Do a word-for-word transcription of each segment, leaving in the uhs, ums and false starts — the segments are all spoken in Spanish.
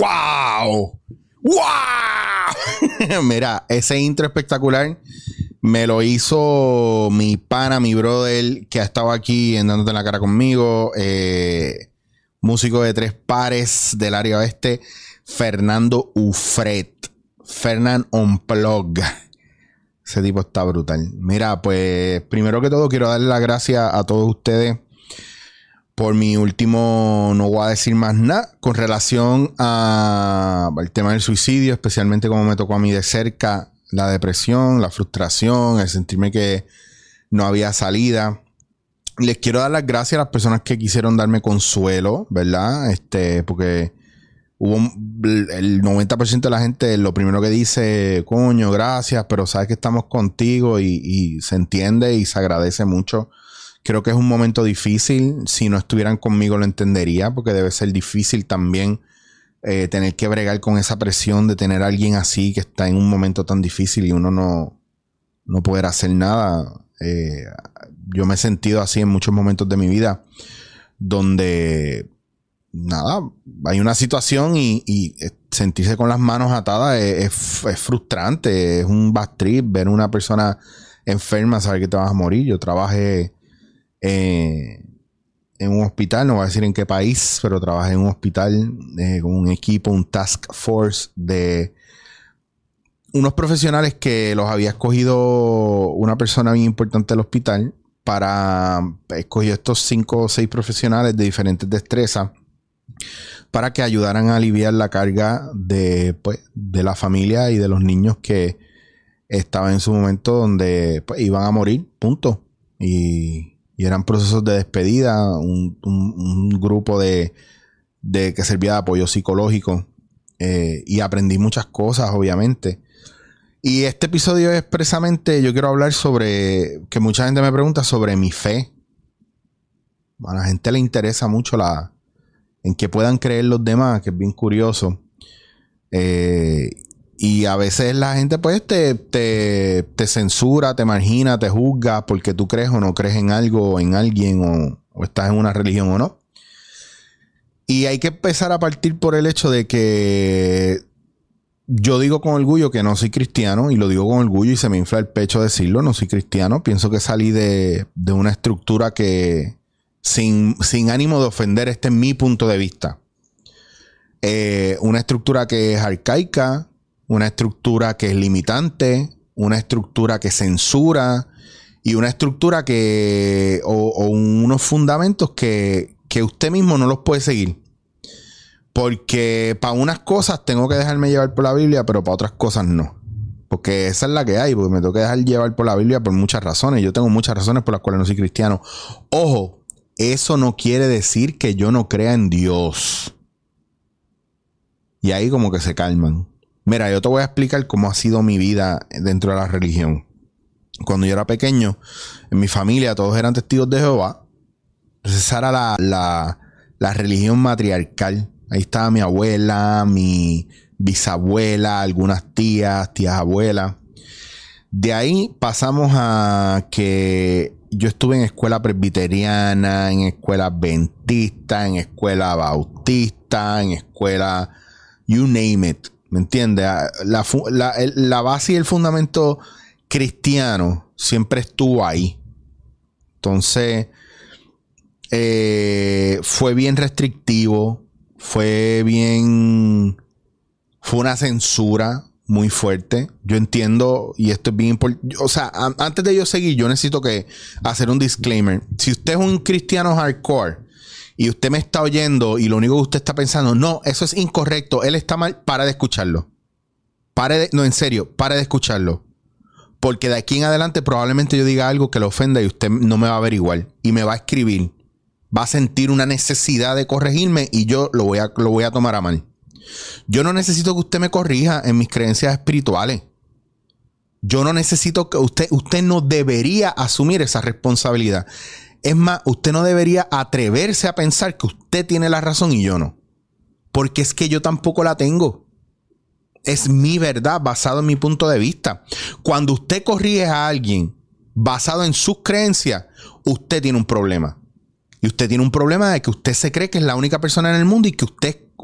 ¡Wow! ¡Wow! Mira, ese intro espectacular me lo hizo mi pana, mi brother, que ha estado aquí en Dándote en la Cara conmigo. Eh, músico de tres pares del área oeste, Fernando Ufret. Fernand Unplug. Ese tipo está brutal. Mira, pues primero que todo quiero darle las gracias a todos ustedes por mi último, no voy a decir más nada, con relación a, al tema del suicidio, especialmente como me tocó a mí de cerca, la depresión, la frustración, el sentirme que no había salida. Les quiero dar las gracias a las personas que quisieron darme consuelo, ¿verdad? Este, porque hubo el noventa por ciento de la gente lo primero que dice, coño, gracias, pero sabes que estamos contigo y, y se entiende y se agradece mucho. Creo que es un momento difícil. Si no estuvieran conmigo lo entendería, porque debe ser difícil también eh, tener que bregar con esa presión de tener a alguien así que está en un momento tan difícil y uno no, no poder hacer nada. Eh, yo me he sentido así en muchos momentos de mi vida donde, nada, hay una situación y, y sentirse con las manos atadas es, es, es frustrante. Es un bad trip ver una persona enferma, saber que te vas a morir. Yo trabajé Eh, en un hospital, no voy a decir en qué país, pero trabajé en un hospital eh, con un equipo, un task force de unos profesionales que los había escogido una persona bien importante del hospital para escoger estos cinco o seis profesionales de diferentes destrezas para que ayudaran a aliviar la carga de, pues, de la familia y de los niños que estaban en su momento donde pues, iban a morir, punto. Y Y eran procesos de despedida, un, un, un grupo de, de que servía de apoyo psicológico. Eh, y aprendí muchas cosas, obviamente. Y este episodio expresamente yo quiero hablar sobre, que mucha gente me pregunta sobre mi fe. A la gente le interesa mucho la en que puedan creer los demás, que es bien curioso. Eh, y a veces la gente pues te, te, te censura, te margina, te juzga porque tú crees o no crees en algo o en alguien o, o estás en una religión o no. Y hay que empezar a partir por el hecho de que yo digo con orgullo que no soy cristiano, y lo digo con orgullo y se me infla el pecho decirlo, no soy cristiano. Pienso que salí de, de una estructura que sin, sin ánimo de ofender, este es mi punto de vista. Eh, una estructura que es arcaica, una estructura que es limitante, una estructura que censura y una estructura que o, o unos fundamentos que, que usted mismo no los puede seguir. Porque para unas cosas tengo que dejarme llevar por la Biblia, pero para otras cosas no. Porque esa es la que hay, porque me tengo que dejar llevar por la Biblia por muchas razones. Yo tengo muchas razones por las cuales no soy cristiano. Ojo, eso no quiere decir que yo no crea en Dios. Y ahí como que se calman. Mira, yo te voy a explicar cómo ha sido mi vida dentro de la religión. Cuando yo era pequeño, en mi familia todos eran testigos de Jehová. Entonces esa era la, la, la religión matriarcal. Ahí estaba mi abuela, mi bisabuela, algunas tías, tías abuelas. De ahí pasamos a que yo estuve en escuela presbiteriana, en escuela adventista, en escuela bautista, en escuela you name it. ¿Me entiendes? La, la, la base y el fundamento cristiano siempre estuvo ahí. Entonces, eh, fue bien restrictivo. Fue bien... Fue una censura muy fuerte. Yo entiendo, y esto es bien importante. O sea, a, antes de yo seguir, yo necesito que hacer un disclaimer. Si usted es un cristiano hardcore y usted me está oyendo y lo único que usted está pensando, no, eso es incorrecto, él está mal, para de escucharlo. Pare de, no, en serio, pare de escucharlo. Porque de aquí en adelante probablemente yo diga algo que le ofenda y usted no me va a ver igual. Y me va a escribir. Va a sentir una necesidad de corregirme y yo lo voy a, lo voy a tomar a mal. Yo no necesito que usted me corrija en mis creencias espirituales. Yo no necesito que usted, usted no debería asumir esa responsabilidad. Es más, usted no debería atreverse a pensar que usted tiene la razón y yo no. Porque es que yo tampoco la tengo. Es mi verdad basado en mi punto de vista. Cuando usted corrige a alguien basado en sus creencias, usted tiene un problema. Y usted tiene un problema de que usted se cree que es la única persona en el mundo y que usted,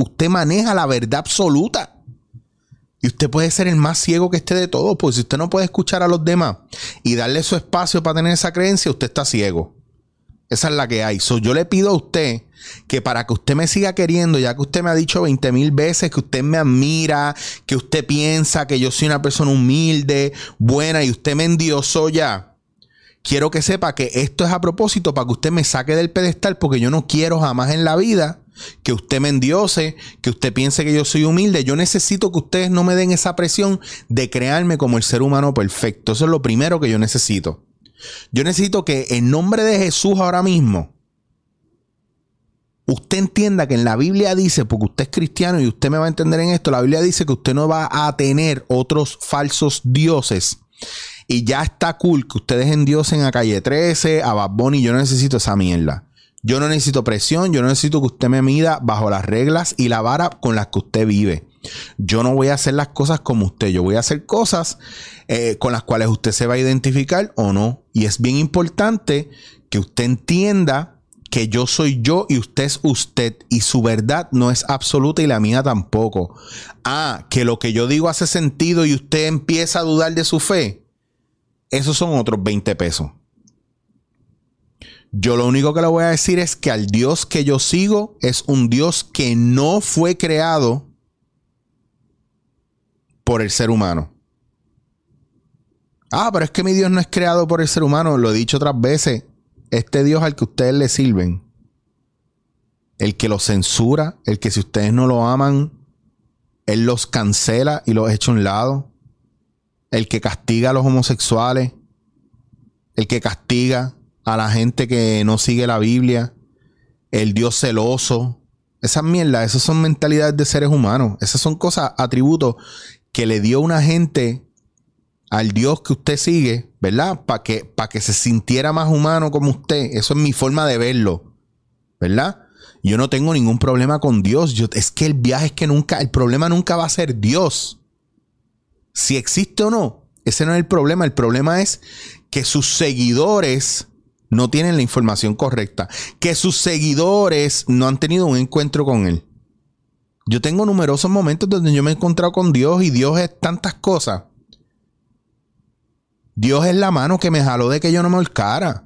usted maneja la verdad absoluta. Y usted puede ser el más ciego que esté de todos, porque si usted no puede escuchar a los demás y darle su espacio para tener esa creencia, usted está ciego. Esa es la que hay. So, yo le pido a usted que para que usted me siga queriendo, ya que usted me ha dicho veinte mil veces que usted me admira, que usted piensa que yo soy una persona humilde, buena, y usted me endiosó ya, quiero que sepa que esto es a propósito para que usted me saque del pedestal, porque yo no quiero jamás en la vida que usted me endiose, que usted piense que yo soy humilde. Yo necesito que ustedes no me den esa presión de crearme como el ser humano perfecto. Eso es lo primero que yo necesito. Yo necesito que en nombre de Jesús ahora mismo usted entienda que en la Biblia dice, porque usted es cristiano y usted me va a entender en esto, la Biblia dice que usted no va a tener otros falsos dioses. Y ya está cool que ustedes endiosen a Calle trece, a Bad Bunny. Yo no necesito esa mierda. Yo no necesito presión, yo no necesito que usted me mida bajo las reglas y la vara con las que usted vive. Yo no voy a hacer las cosas como usted, yo voy a hacer cosas eh, con las cuales usted se va a identificar o no. Y es bien importante que usted entienda que yo soy yo y usted es usted, y su verdad no es absoluta y la mía tampoco. Ah, que lo que yo digo hace sentido y usted empieza a dudar de su fe, esos son otros veinte pesos. Yo lo único que le voy a decir es que al Dios que yo sigo es un Dios que no fue creado por el ser humano. Ah, pero es que mi Dios no es creado por el ser humano. Lo he dicho otras veces. Este Dios al que ustedes le sirven, el que los censura, el que si ustedes no lo aman, Él los cancela y los echa a un lado, el que castiga a los homosexuales, el que castiga a la gente que no sigue la Biblia, el Dios celoso. Esas mierdas, esas son mentalidades de seres humanos. Esas son cosas, atributos que le dio una gente al Dios que usted sigue, ¿verdad? Para que, para que se sintiera más humano como usted. Eso es mi forma de verlo, ¿verdad? Yo no tengo ningún problema con Dios. Yo, es que el viaje es que nunca, el problema nunca va a ser Dios. Si existe o no, ese no es el problema. El problema es que sus seguidores no tienen la información correcta, que sus seguidores no han tenido un encuentro con Él. Yo tengo numerosos momentos donde yo me he encontrado con Dios y Dios es tantas cosas. Dios es la mano que me jaló de que yo no me ahorcara.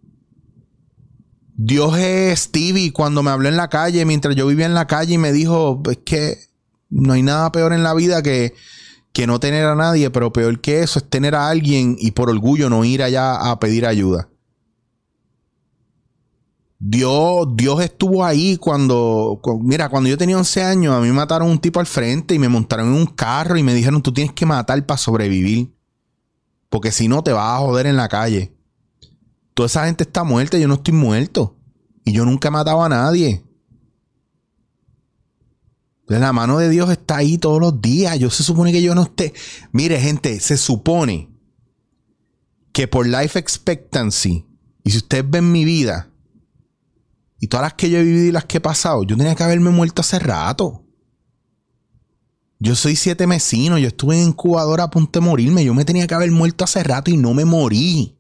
Dios es Stevie cuando me habló en la calle, mientras yo vivía en la calle, y me dijo, es que no hay nada peor en la vida que, que no tener a nadie, pero peor que eso es tener a alguien y por orgullo no ir allá a pedir ayuda. Dios, Dios estuvo ahí cuando, mira, cuando yo tenía once años, a mí me mataron un tipo al frente y me montaron en un carro y me dijeron, tú tienes que matar para sobrevivir, porque si no te vas a joder en la calle. Toda esa gente está muerta, yo no estoy muerto. Y yo nunca he matado a nadie. La mano de Dios está ahí todos los días. Yo se supone que yo no esté... Mire, gente, se supone que por life expectancy, y si ustedes ven mi vida, y todas las que yo he vivido y las que he pasado, yo tenía que haberme muerto hace rato. Yo soy siete mesino, yo estuve en incubadora a punto de morirme. Yo me tenía que haber muerto hace rato y no me morí.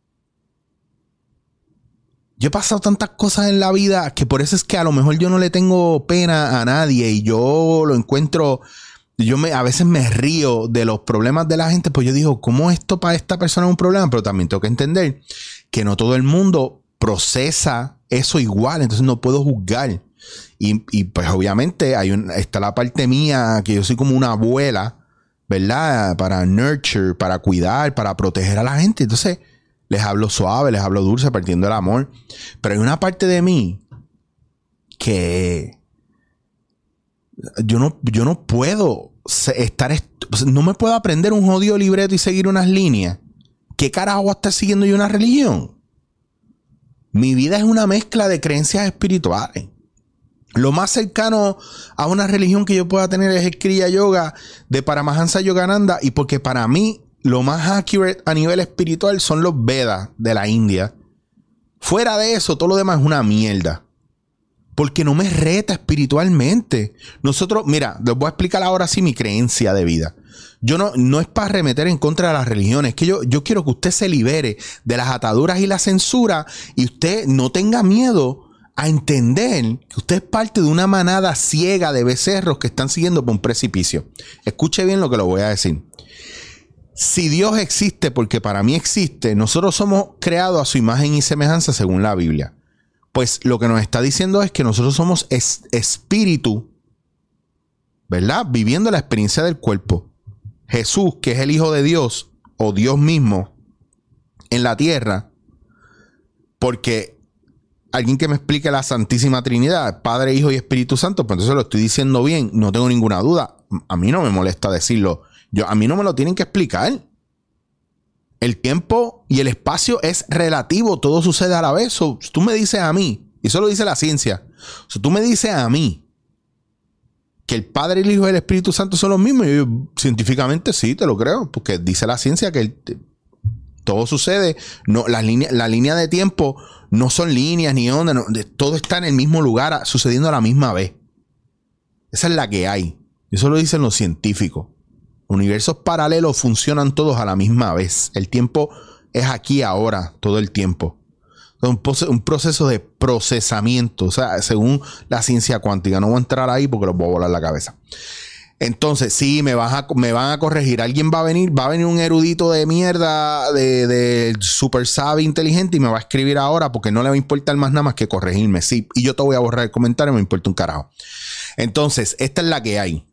Yo he pasado tantas cosas en la vida que por eso es que a lo mejor yo no le tengo pena a nadie y yo lo encuentro, yo me, a veces me río de los problemas de la gente, pues yo digo, ¿cómo esto para esta persona es un problema? Pero también tengo que entender que no todo el mundo procesa eso igual, entonces no puedo juzgar. Y, y pues obviamente hay un, está la parte mía que yo soy como una abuela, ¿verdad? Para nurture, para cuidar, para proteger a la gente. Entonces les hablo suave, les hablo dulce, partiendo el amor. Pero hay una parte de mí que yo no, yo no puedo estar, no me puedo aprender un jodido libreto y seguir unas líneas. ¿Qué carajo voy a estar siguiendo yo una religión? Mi vida es una mezcla de creencias espirituales. Lo más cercano a una religión que yo pueda tener es el Kriya Yoga de Paramahansa Yogananda, y porque para mí lo más accurate a nivel espiritual son los Vedas de la India. Fuera de eso, todo lo demás es una mierda. Porque no me reta espiritualmente. Nosotros, mira, les voy a explicar ahora sí mi creencia de vida. Yo no, no es para remeter en contra de las religiones. Es que yo, yo quiero que usted se libere de las ataduras y la censura y usted no tenga miedo a entender que usted es parte de una manada ciega de becerros que están siguiendo por un precipicio. Escuche bien lo que le voy a decir. Si Dios existe, porque para mí existe, nosotros somos creados a su imagen y semejanza según la Biblia. Pues lo que nos está diciendo es que nosotros somos es, espíritu, ¿verdad? Viviendo la experiencia del cuerpo. Jesús, que es el Hijo de Dios, o Dios mismo, en la tierra, porque alguien que me explique la Santísima Trinidad, Padre, Hijo y Espíritu Santo, pues entonces lo estoy diciendo bien, no tengo ninguna duda. A mí no me molesta decirlo. Yo, a mí no me lo tienen que explicar. El tiempo y el espacio es relativo, todo sucede a la vez. So, tú me dices a mí, y eso lo dice la ciencia, so, tú me dices a mí que el Padre, el Hijo y el Espíritu Santo son los mismos. Y yo, científicamente sí, te lo creo, porque dice la ciencia que el, todo sucede, no, la línea, la línea de tiempo no son líneas ni ondas, no, todo está en el mismo lugar, sucediendo a la misma vez. Esa es la que hay. Eso lo dicen los científicos. Universos paralelos funcionan todos a la misma vez. El tiempo es aquí ahora, todo el tiempo. Un, un proceso de procesamiento, o sea, según la ciencia cuántica. No voy a entrar ahí porque los voy a volar la cabeza. Entonces, sí, me, vas a, me van a corregir. Alguien va a venir, va a venir un erudito de mierda, de, de super sabio, inteligente, y me va a escribir ahora porque no le va a importar más nada más que corregirme. Sí, y yo te voy a borrar el comentario, me importa un carajo. Entonces, esta es la que hay.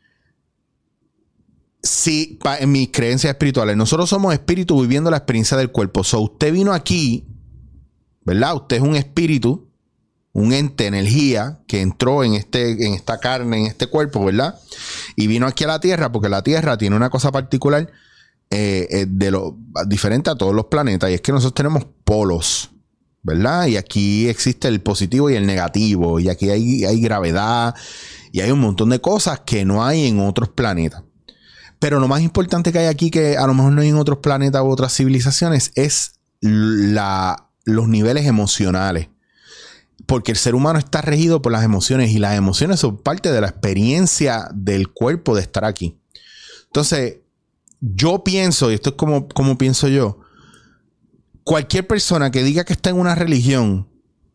Sí, en mis creencias espirituales, nosotros somos espíritus viviendo la experiencia del cuerpo. So, usted vino aquí, ¿verdad? Usted es un espíritu, un ente, energía que entró en, este, en esta carne, en este cuerpo, ¿verdad? Y vino aquí a la Tierra porque la Tierra tiene una cosa particular eh, eh, de lo, diferente a todos los planetas, y es que nosotros tenemos polos, ¿verdad? Y aquí existe el positivo y el negativo, y aquí hay, hay gravedad, y hay un montón de cosas que no hay en otros planetas. Pero lo más importante que hay aquí, que a lo mejor no hay en otros planetas u otras civilizaciones, es la, los niveles emocionales. Porque el ser humano está regido por las emociones, y las emociones son parte de la experiencia del cuerpo de estar aquí. Entonces, yo pienso, y esto es como, como pienso yo, cualquier persona que diga que está en una religión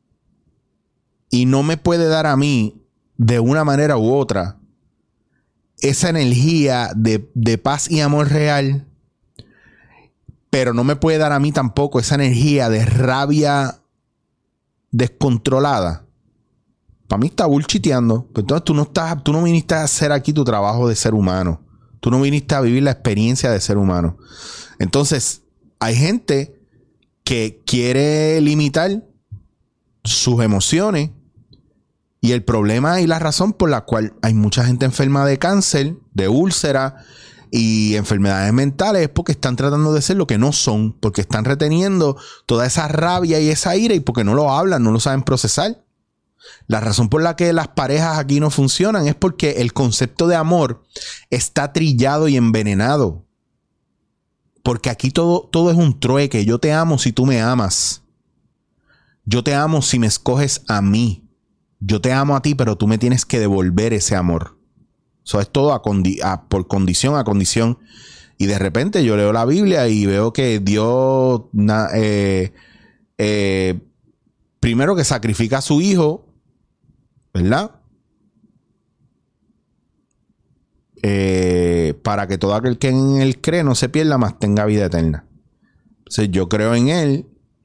y no me puede dar a mí de una manera u otra esa energía de, de paz y amor real, pero no me puede dar a mí tampoco esa energía de rabia descontrolada, para mí está bullshiteando. Entonces tú no estás, tú no viniste a hacer aquí tu trabajo de ser humano. Tú no viniste a vivir la experiencia de ser humano. Entonces, hay gente que quiere limitar sus emociones. Y el problema y la razón por la cual hay mucha gente enferma de cáncer, de úlcera y enfermedades mentales es porque están tratando de ser lo que no son, porque están reteniendo toda esa rabia y esa ira, y porque no lo hablan, no lo saben procesar. La razón por la que las parejas aquí no funcionan es porque el concepto de amor está trillado y envenenado. Porque aquí todo, todo es un trueque. Yo te amo si tú me amas. Yo te amo si me escoges a mí. Yo te amo a ti, pero tú me tienes que devolver ese amor. Eso es todo a condi- a, por condición a condición. Y de repente yo leo la Biblia y veo que Dios na, eh, eh, primero que sacrifica a su hijo, ¿verdad? Eh, para que todo aquel que en él cree no se pierda, mas tenga vida eterna. Entonces yo creo en él,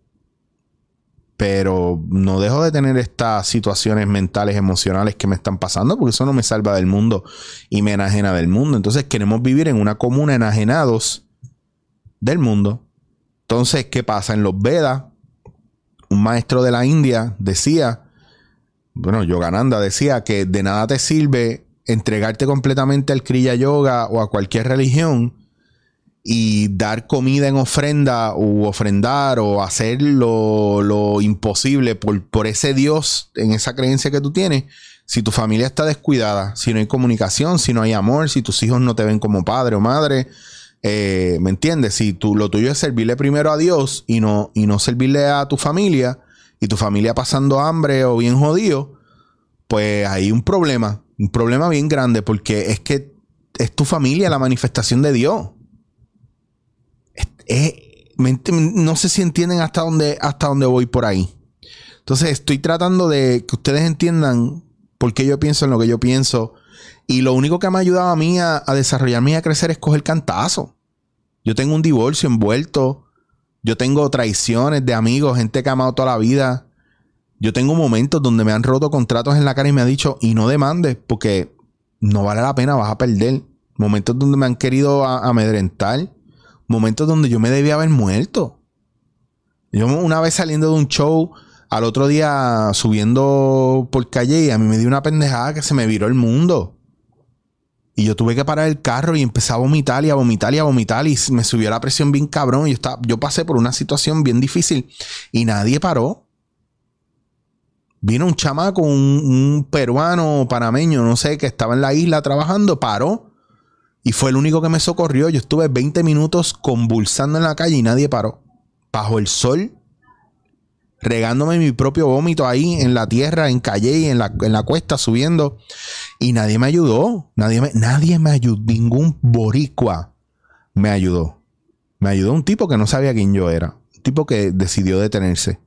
pero no dejo de tener estas situaciones mentales, emocionales que me están pasando, porque eso no me salva del mundo y me enajena del mundo. Entonces queremos vivir en una comuna enajenados del mundo. Entonces, ¿qué pasa? En los Vedas, un maestro de la India decía, bueno, Yogananda decía que de nada te sirve entregarte completamente al Kriya Yoga o a cualquier religión y dar comida en ofrenda u ofrendar o hacer lo, lo imposible por, por ese Dios en esa creencia que tú tienes, si tu familia está descuidada, si no hay comunicación, si no hay amor, si tus hijos no te ven como padre o madre, eh, ¿me entiendes? Si tú, lo tuyo es servirle primero a Dios y no, y no servirle a tu familia, y tu familia pasando hambre o bien jodido, pues hay un problema, un problema bien grande, porque es que es tu familia la manifestación de Dios. Es, es, me, no sé si entienden hasta dónde, hasta dónde voy por ahí. Entonces estoy tratando de que ustedes entiendan por qué yo pienso en lo que yo pienso. Y lo único que me ha ayudado a mí a, a desarrollarme y a crecer es coger cantazo. Yo tengo un divorcio envuelto. Yo tengo traiciones de amigos, gente que ha amado toda la vida. Yo tengo momentos donde me han roto contratos en la cara y me han dicho, y no demandes porque no vale la pena, vas a perder. Momentos donde me han querido a- amedrentar. Momentos donde yo me debía haber muerto. Yo una vez saliendo de un show, al otro día subiendo por calle y a mí me dio una pendejada que se me viró el mundo. Y yo tuve que parar el carro y empecé a vomitar y a vomitar y a vomitar y me subió la presión bien cabrón. Yo, estaba, yo pasé por una situación bien difícil y nadie paró. Vino un chamaco, un, un peruano, panameño, no sé, que estaba en la isla trabajando, paró. Y fue el único que me socorrió. Yo estuve veinte minutos convulsando en la calle y nadie paró. Bajo el sol, regándome mi propio vómito ahí en la tierra, en calle y en la, en la cuesta, subiendo. Y nadie me ayudó. Nadie me, nadie me ayudó. Ningún boricua me ayudó. Me ayudó un tipo que no sabía quién yo era. Un tipo que decidió detenerse.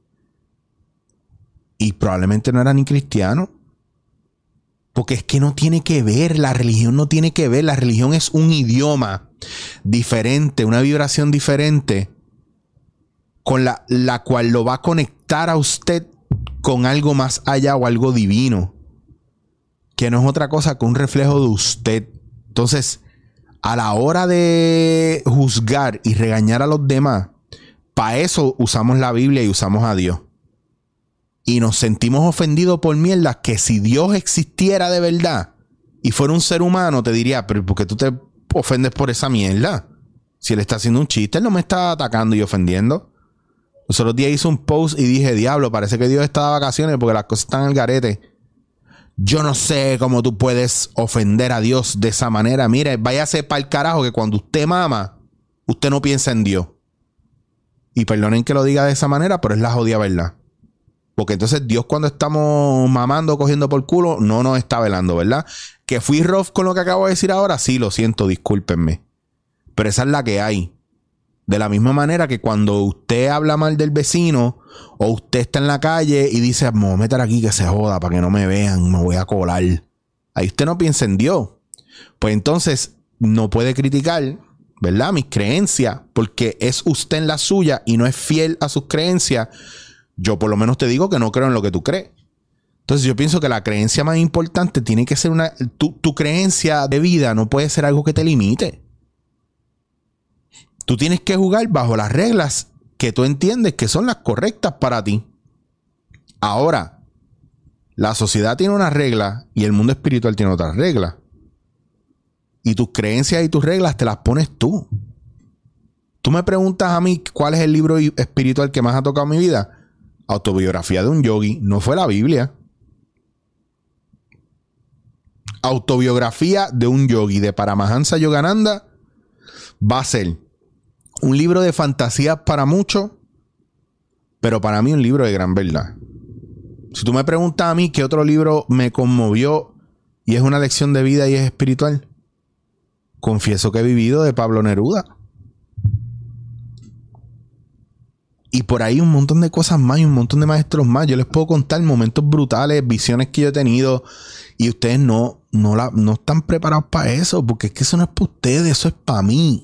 Y probablemente no era ni cristiano. Porque es que no tiene que ver. La religión no tiene que ver. La religión es un idioma diferente, una vibración diferente, con la, la cual lo va a conectar a usted con algo más allá o algo divino, que no es otra cosa que un reflejo de usted. Entonces, a la hora de juzgar y regañar a los demás, para eso usamos la Biblia y usamos a Dios. Y nos sentimos ofendidos por mierdas que si Dios existiera de verdad y fuera un ser humano, te diría, pero ¿por qué tú te ofendes por esa mierda? Si él está haciendo un chiste, él no me está atacando y ofendiendo. Los otros días hice un post y dije, diablo, parece que Dios está de vacaciones porque las cosas están al garete. Yo no sé cómo tú puedes ofender a Dios de esa manera. Mire, váyase para el carajo que cuando usted mama, usted no piensa en Dios. Y perdonen que lo diga de esa manera, pero es la jodida verdad. Porque entonces Dios cuando estamos mamando, cogiendo por culo, no nos está velando, ¿verdad? Que fui rough con lo que acabo de decir ahora, sí, lo siento, discúlpenme. Pero esa es la que hay. De la misma manera que cuando usted habla mal del vecino o usted está en la calle y dice, me voy a meter aquí que se joda para que no me vean, me voy a colar. Ahí usted no piensa en Dios. Pues entonces no puede criticar, ¿verdad? Mis creencias, porque es usted en la suya y no es fiel a sus creencias. Yo por lo menos te digo que no creo en lo que tú crees. Entonces yo pienso que la creencia más importante tiene que ser una... Tu, tu creencia de vida no puede ser algo que te limite. Tú tienes que jugar bajo las reglas que tú entiendes que son las correctas para ti. Ahora, la sociedad tiene unas reglas y el mundo espiritual tiene otras reglas. Y tus creencias y tus reglas te las pones tú. Tú me preguntas a mí cuál es el libro espiritual que más ha tocado mi vida. Autobiografía de un yogi. No fue la Biblia. Autobiografía de un yogi de Paramahansa Yogananda va a ser un libro de fantasías para muchos, pero para mí un libro de gran verdad. Si tú me preguntas a mí qué otro libro me conmovió y es una lección de vida y es espiritual, Confieso que he vivido, de Pablo Neruda. Y por ahí un montón de cosas más y un montón de maestros más. Yo les puedo contar momentos brutales, visiones que yo he tenido y ustedes no, no, la, no están preparados para eso, porque es que eso no es para ustedes, eso es para mí.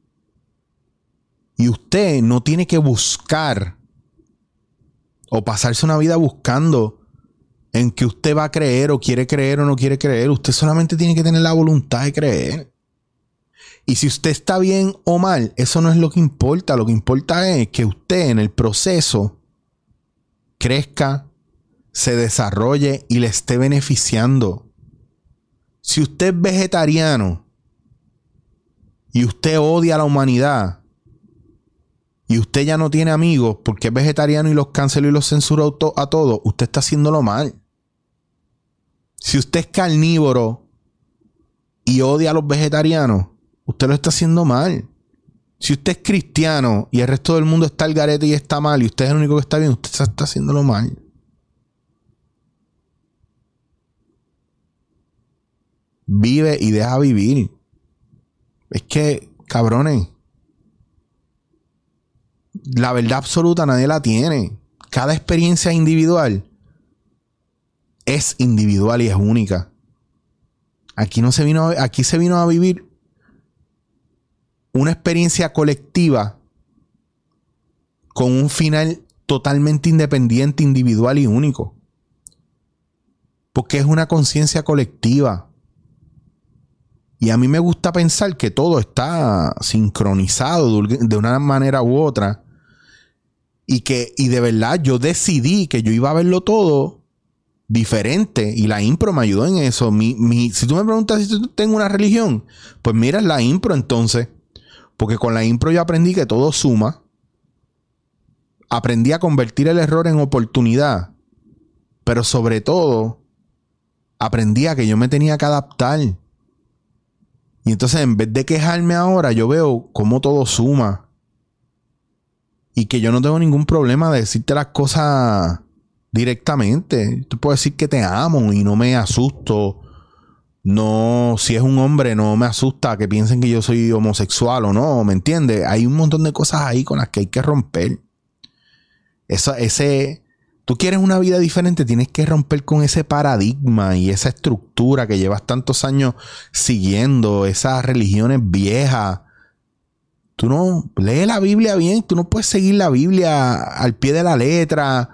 Y usted no tiene que buscar o pasarse una vida buscando en que usted va a creer o quiere creer o no quiere creer. Usted solamente tiene que tener la voluntad de creer. Y si usted está bien o mal, eso no es lo que importa. Lo que importa es que usted en el proceso crezca, se desarrolle y le esté beneficiando. Si usted es vegetariano y usted odia a la humanidad y usted ya no tiene amigos porque es vegetariano y los canceló y los censuró a todos, usted está haciéndolo mal. Si usted es carnívoro y odia a los vegetarianos, usted lo está haciendo mal. Si usted es cristiano y el resto del mundo está al garete y está mal y usted es el único que está bien, usted está haciéndolo mal. Vive y deja vivir. Es que, cabrones, la verdad absoluta nadie la tiene. cada experiencia individual es individual y es única. Aquí no se vino, a, aquí se vino a vivir una experiencia colectiva con un final totalmente independiente, individual y único. Porque es una conciencia colectiva. Y a mí me gusta pensar que todo está sincronizado de una manera u otra. Y que, y de verdad, yo decidí que yo iba a verlo todo diferente. Y la impro me ayudó en eso. Mi, mi, si tú me preguntas si tengo una religión, pues mira, es la impro entonces. Porque con la impro yo aprendí que todo suma. Aprendí a convertir el error en oportunidad. Pero sobre todo, aprendí a que yo me tenía que adaptar. Y entonces, en vez de quejarme ahora, yo veo cómo todo suma. Y que yo no tengo ningún problema de decirte las cosas directamente. Tú puedes decir que te amo y no me asusto. No, si es un hombre, no me asusta que piensen que yo soy homosexual o no, ¿me entiendes? Hay un montón de cosas ahí con las que hay que romper. Esa, ese, tú quieres una vida diferente, tienes que romper con ese paradigma y esa estructura que llevas tantos años siguiendo, esas religiones viejas. Tú no, lee la Biblia bien, tú no puedes seguir la Biblia al pie de la letra,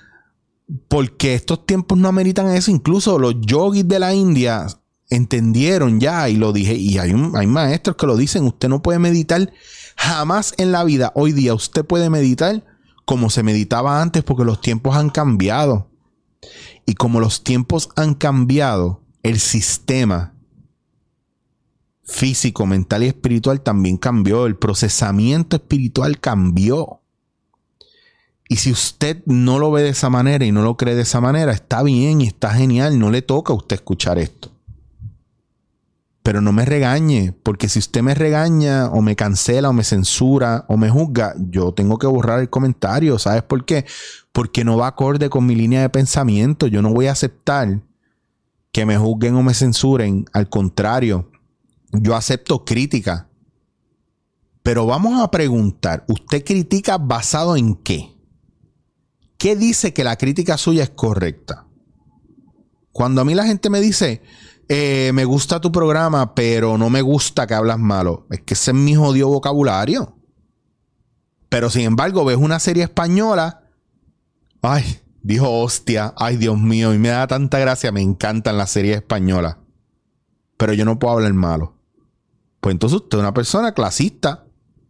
porque estos tiempos no ameritan eso. Incluso los yogis de la India entendieron ya, y lo dije, y hay, un, hay maestros que lo dicen, usted no puede meditar jamás en la vida. Hoy día usted puede meditar como se meditaba antes, porque los tiempos han cambiado. Y como los tiempos han cambiado, el sistema físico, mental y espiritual también cambió. El procesamiento espiritual cambió. Y si usted no lo ve de esa manera y no lo cree de esa manera, está bien y está genial. No le toca a usted escuchar esto. Pero no me regañe, porque si usted me regaña o me cancela o me censura o me juzga, yo tengo que borrar el comentario. ¿Sabes por qué? Porque no va acorde con mi línea de pensamiento. Yo no voy a aceptar que me juzguen o me censuren. Al contrario, yo acepto crítica. Pero vamos a preguntar, ¿usted critica basado en qué? ¿Qué dice que la crítica suya es correcta? Cuando a mí la gente me dice, eh, me gusta tu programa, pero no me gusta que hablas malo, es que ese es mi jodido vocabulario. Pero sin embargo, ves una serie española, ay, dijo hostia, ay Dios mío, y me da tanta gracia, me encantan las series españolas, pero yo no puedo hablar malo. Pues entonces usted es una persona clasista,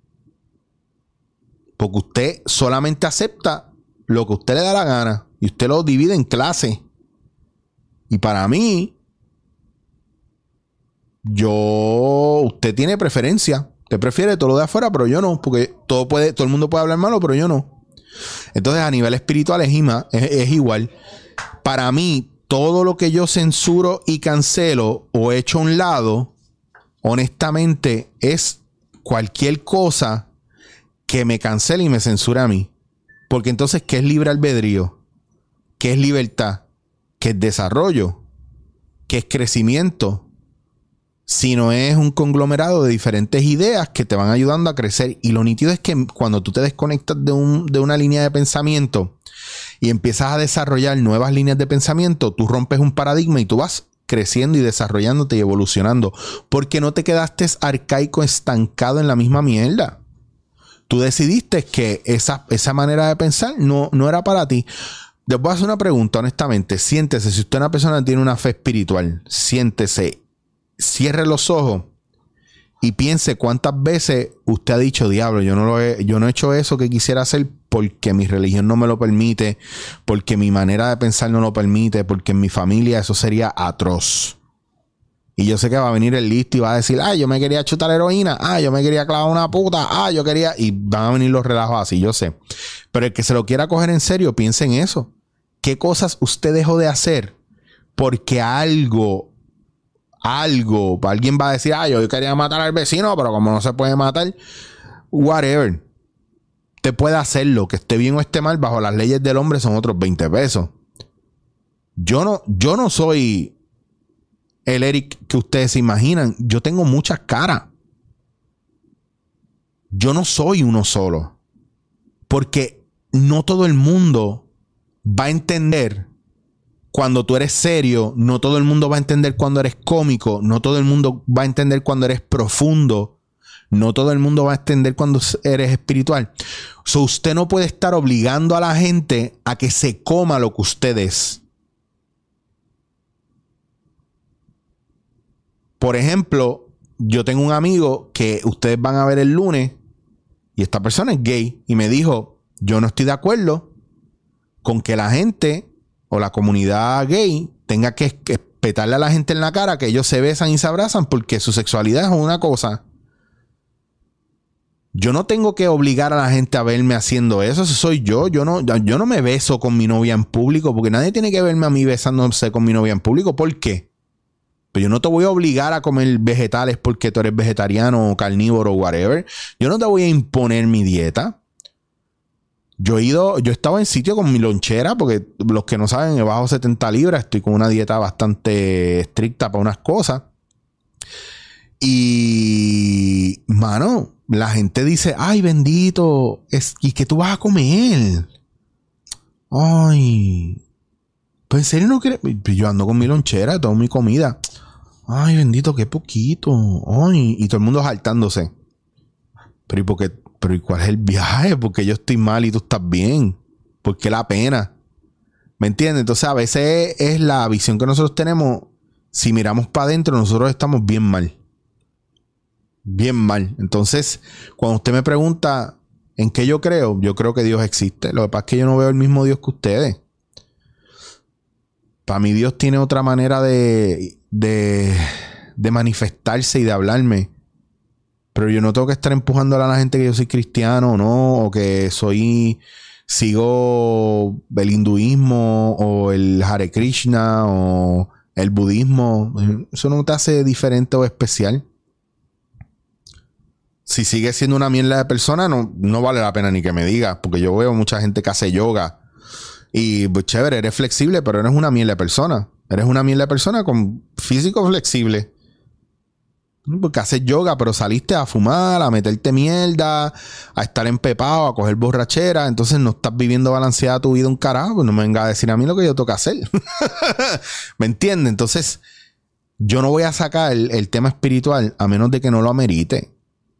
porque usted solamente acepta lo que a usted le da la gana y usted lo divide en clases. Y para mí, yo, usted tiene preferencia. Usted prefiere todo lo de afuera, pero yo no, porque todo puede, todo el mundo puede hablar malo, pero yo no. Entonces, a nivel espiritual es, ima, es, es igual. Para mí, todo lo que yo censuro y cancelo o echo a un lado, honestamente, es cualquier cosa que me cancele y me censure a mí. Porque entonces, ¿qué es libre albedrío? ¿Qué es libertad? ¿Qué es desarrollo? ¿Qué es crecimiento? Si no es un conglomerado de diferentes ideas que te van ayudando a crecer. Y lo nítido es que cuando tú te desconectas de, un, de una línea de pensamiento y empiezas a desarrollar nuevas líneas de pensamiento, tú rompes un paradigma y tú vas creciendo y desarrollándote y evolucionando. Porque no te quedaste arcaico, estancado en la misma mierda. Tú decidiste que esa, esa manera de pensar no, no era para ti. Les voy a hacer una pregunta, honestamente. Siéntese, si usted es una persona que tiene una fe espiritual, siéntese, cierre los ojos y piense cuántas veces usted ha dicho, diablo, yo no, lo he, yo no he hecho eso que quisiera hacer porque mi religión no me lo permite, porque mi manera de pensar no lo permite, porque en mi familia eso sería atroz. Y yo sé que va a venir el listo y va a decir, ah, yo me quería chutar heroína, ah, yo me quería clavar una puta, ah, yo quería... Y van a venir los relajos así, yo sé. Pero el que se lo quiera coger en serio, piense en eso. ¿Qué cosas usted dejó de hacer? Porque algo, algo, alguien va a decir, ah, yo quería matar al vecino, pero como no se puede matar, whatever. Usted puede hacerlo, que esté bien o esté mal, bajo las leyes del hombre son otros veinte pesos. Yo no, yo no soy... el Eric que ustedes se imaginan. Yo tengo muchas caras. Yo no soy uno solo. Porque no todo el mundo va a entender cuando tú eres serio, no todo el mundo va a entender cuando eres cómico, no todo el mundo va a entender cuando eres profundo, no todo el mundo va a entender cuando eres espiritual. So, usted no puede estar obligando a la gente a que se coma lo que usted es. Por ejemplo, yo tengo un amigo que ustedes van a ver el lunes y esta persona es gay y me dijo, yo no estoy de acuerdo con que la gente o la comunidad gay tenga que espetarle a la gente en la cara que ellos se besan y se abrazan porque su sexualidad es una cosa. Yo no tengo que obligar a la gente a verme haciendo eso. Eso soy yo. Yo no, yo no me beso con mi novia en público porque nadie tiene que verme a mí besándose con mi novia en público. ¿Por qué? Pero yo no te voy a obligar a comer vegetales porque tú eres vegetariano o carnívoro o whatever. Yo no te voy a imponer mi dieta. Yo he ido, yo he estado en sitio con mi lonchera porque los que no saben, he bajado setenta libras. Estoy con una dieta bastante estricta para unas cosas. Y, mano, la gente dice, ay, bendito, es, ¿y qué tú vas a comer? Ay, pues en serio no quieres. Yo ando con mi lonchera, toda mi comida. Ay, bendito, qué poquito. Ay, y todo el mundo saltándose. Pero ¿y por qué? Pero ¿y cuál es el viaje? Porque yo estoy mal y tú estás bien. ¿Por qué la pena? ¿Me entiendes? Entonces a veces es la visión que nosotros tenemos. Si miramos para adentro, nosotros estamos bien mal. Bien mal. Entonces, cuando usted me pregunta en qué yo creo, yo creo que Dios existe. Lo que pasa es que yo no veo el mismo Dios que ustedes. Para mí Dios tiene otra manera de, de, de manifestarse y de hablarme. Pero yo no tengo que estar empujando a la gente que yo soy cristiano, ¿no? O que soy, sigo el hinduismo o el Hare Krishna o el budismo. Eso no te hace diferente o especial. Si sigues siendo una mierda de persona, no, no vale la pena ni que me digas. Porque yo veo mucha gente que hace yoga. Y pues chévere, eres flexible, pero eres una mierda de persona. Eres una mierda de persona con físico flexible. Porque haces yoga, pero saliste a fumar, a meterte mierda, a estar empepado, a coger borrachera. Entonces no estás viviendo balanceada tu vida un carajo. Pues no me vengas a decir a mí lo que yo tengo que hacer. ¿Me entiendes? Entonces, yo no voy a sacar el, el tema espiritual a menos de que no lo amerite.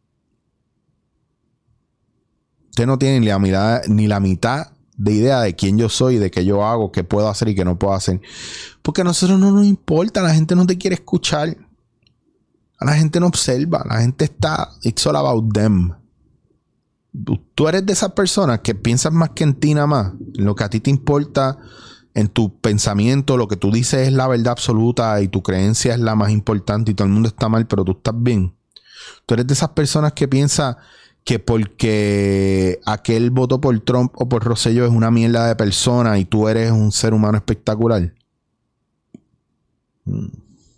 Usted no tiene ni la mitad, ni la mitad de idea de quién yo soy, de qué yo hago, qué puedo hacer y qué no puedo hacer. Porque a nosotros no nos importa. La gente no te quiere escuchar. A la gente no observa. La gente está... It's all about them. Tú eres de esas personas que piensas más que en ti nada más. En lo que a ti te importa, en tu pensamiento, lo que tú dices es la verdad absoluta y tu creencia es la más importante y todo el mundo está mal, pero tú estás bien. Tú eres de esas personas que piensan que porque aquel votó por Trump o por Rosselló es una mierda de persona y tú eres un ser humano espectacular. Hmm.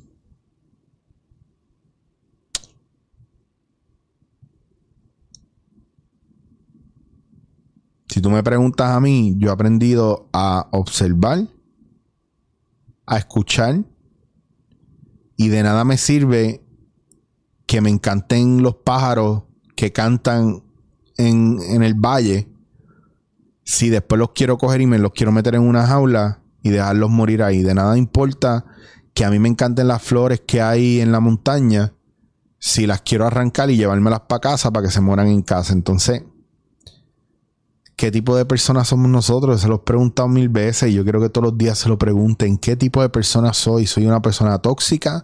Si tú me preguntas a mí, yo he aprendido a observar, a escuchar, y de nada me sirve que me encanten los pájaros que cantan en, en el valle si después los quiero coger y me los quiero meter en una jaula y dejarlos morir ahí. De nada importa que a mí me encanten las flores que hay en la montaña si las quiero arrancar y llevármelas para casa para que se mueran en casa. Entonces, ¿qué tipo de personas somos nosotros? Se los he preguntado mil veces y yo quiero que todos los días se lo pregunten. ¿Qué tipo de persona soy? ¿Soy una persona tóxica?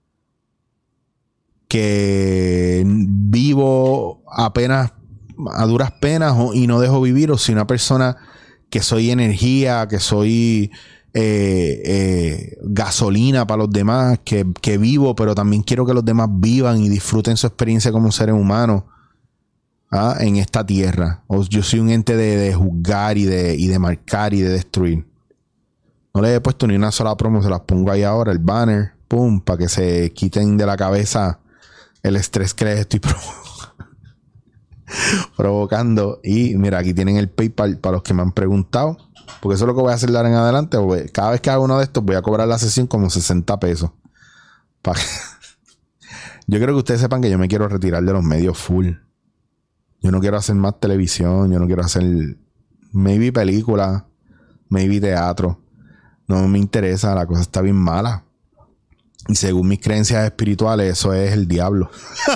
¿Que vivo apenas a duras penas y no dejo vivir? ¿O soy una persona que soy energía, que soy eh, eh, gasolina para los demás, que, que vivo, pero también quiero que los demás vivan y disfruten su experiencia como seres humanos? ¿Ah? En esta tierra. O yo soy un ente de, de juzgar y de, y de marcar y de destruir. No le he puesto ni una sola promo, se las pongo ahí ahora, el banner, pum, para que se quiten de la cabeza el estrés que les estoy provo- provocando. Y mira, aquí tienen el PayPal para los que me han preguntado, porque eso es lo que voy a hacer de ahora en adelante. Cada vez que hago uno de estos voy a cobrar la sesión como sesenta pesos. Para yo quiero que ustedes sepan que yo me quiero retirar de los medios full. Yo no quiero hacer más televisión, yo no quiero hacer maybe película, maybe teatro. No me interesa, la cosa está bien mala. Y según mis creencias espirituales, eso es el diablo.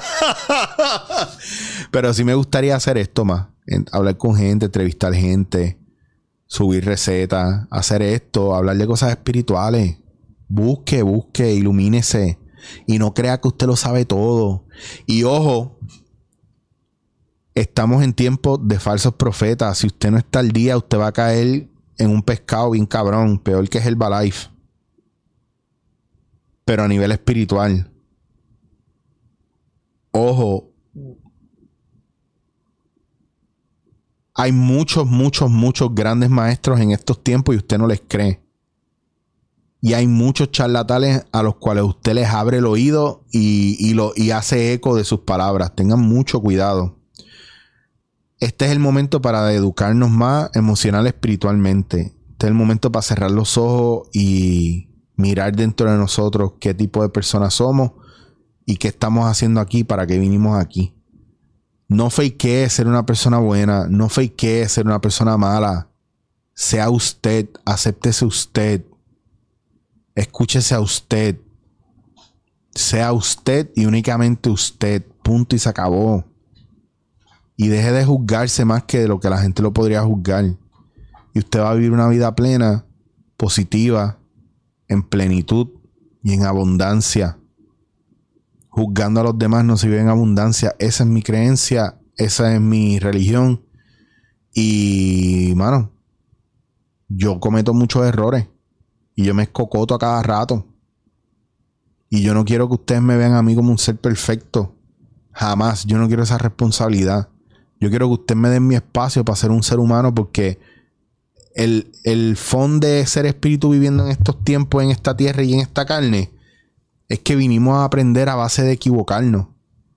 Pero sí me gustaría hacer esto más. Hablar con gente, entrevistar gente, subir recetas, hacer esto, hablar de cosas espirituales. Busque, busque, ilumínese. Y no crea que usted lo sabe todo. Y ojo, estamos en tiempos de falsos profetas. Si usted no está al día, usted va a caer en un pescado bien cabrón, peor que es el Herbalife. Pero a nivel espiritual. Ojo. Hay muchos, muchos, muchos grandes maestros en estos tiempos y usted no les cree. Y hay muchos charlatanes a los cuales usted les abre el oído y, y, lo, y hace eco de sus palabras. Tengan mucho cuidado. Este es el momento para educarnos más emocional, espiritualmente. Este es el momento para cerrar los ojos y mirar dentro de nosotros qué tipo de personas somos y qué estamos haciendo aquí, para qué vinimos aquí. No fakee ser una persona buena, no fakee ser una persona mala. Sea usted, acéptese usted, escúchese a usted, sea usted y únicamente usted, punto y se acabó. Y deje de juzgarse más que de lo que la gente lo podría juzgar. Y usted va a vivir una vida plena, positiva, en plenitud y en abundancia. Juzgando a los demás no se vive en abundancia. Esa es mi creencia, esa es mi religión. Y, mano, yo cometo muchos errores. Y yo me escocoto a cada rato. Y yo no quiero que ustedes me vean a mí como un ser perfecto. Jamás. Yo no quiero esa responsabilidad. Yo quiero que ustedes me den mi espacio para ser un ser humano, porque el, el fondo de ser espíritu viviendo en estos tiempos, en esta tierra y en esta carne, es que vinimos a aprender a base de equivocarnos.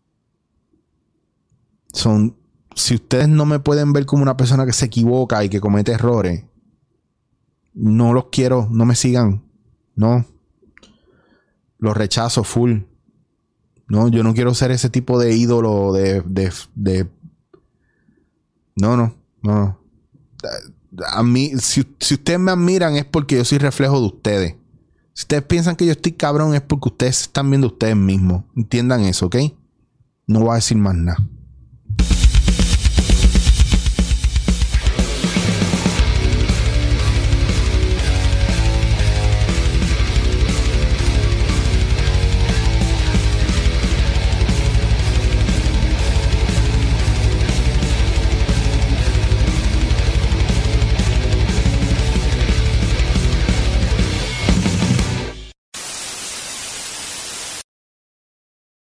Son, si ustedes no me pueden ver como una persona que se equivoca y que comete errores, no los quiero, no me sigan. No. Los rechazo full. No, yo no quiero ser ese tipo de ídolo de... de, de no, no, no. A mí, si, si ustedes me admiran es porque yo soy reflejo de ustedes. Si ustedes piensan que yo estoy cabrón es porque ustedes están viendo ustedes mismos. Entiendan eso, ¿ok? No voy a decir más nada.